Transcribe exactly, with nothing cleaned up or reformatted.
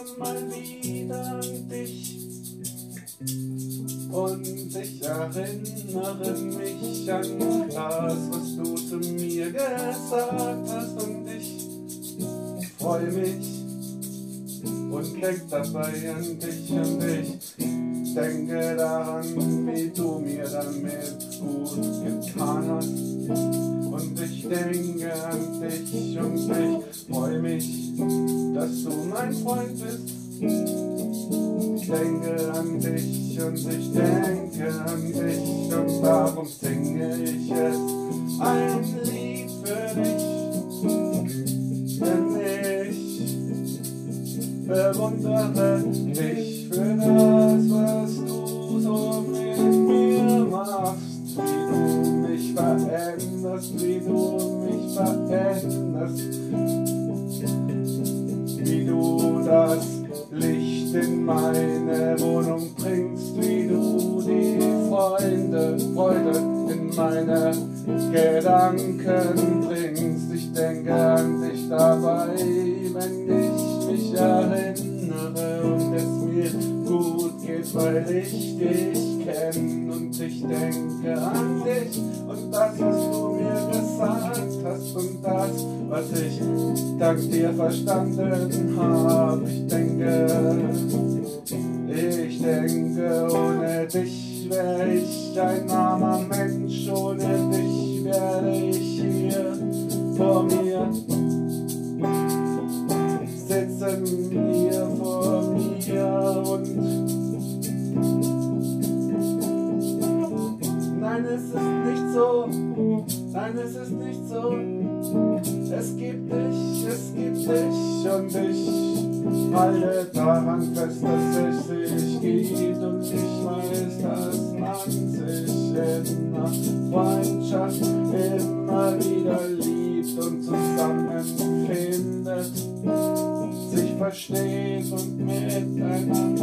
mal wieder an dich und ich erinnere mich an das, was du zu mir gesagt hast, und ich freue mich und denk dabei an dich, und ich denke daran, wie du mir damit gut getan hast. Und ich denke an dich und ich freue mich, dass du mein Freund bist. Ich denke an dich und ich denke an dich, und darum singe ich jetzt ein Lied für dich. Denn ich bewundere dich für das, was du so mit mir machst. Wie du mich veränderst, wie du mich veränderst, wie du das Licht in meine Wohnung bringst, wie du die Freunde, Freude in meine Gedanken bringst. Ich denke an dich dabei, wenn ich mich erinnere und es mir gut geht, weil ich dich kenne. Und ich denke an dich und das, was du mir gesagt hast, und das, was ich dank dir verstanden habe. Ich denke, ich denke, ohne dich wäre ich ein armer Mensch, ohne dich wäre ich hier vor mir sitzen, hier vor mir, und nein, es ist nicht so, nein, es ist nicht so. Es gibt dich, es gibt dich, und ich halte daran fest, dass es dich gibt, und ich weiß, dass man sich in einer Freundschaft immer wieder liebt und zusammenfindet, sich versteht und miteinander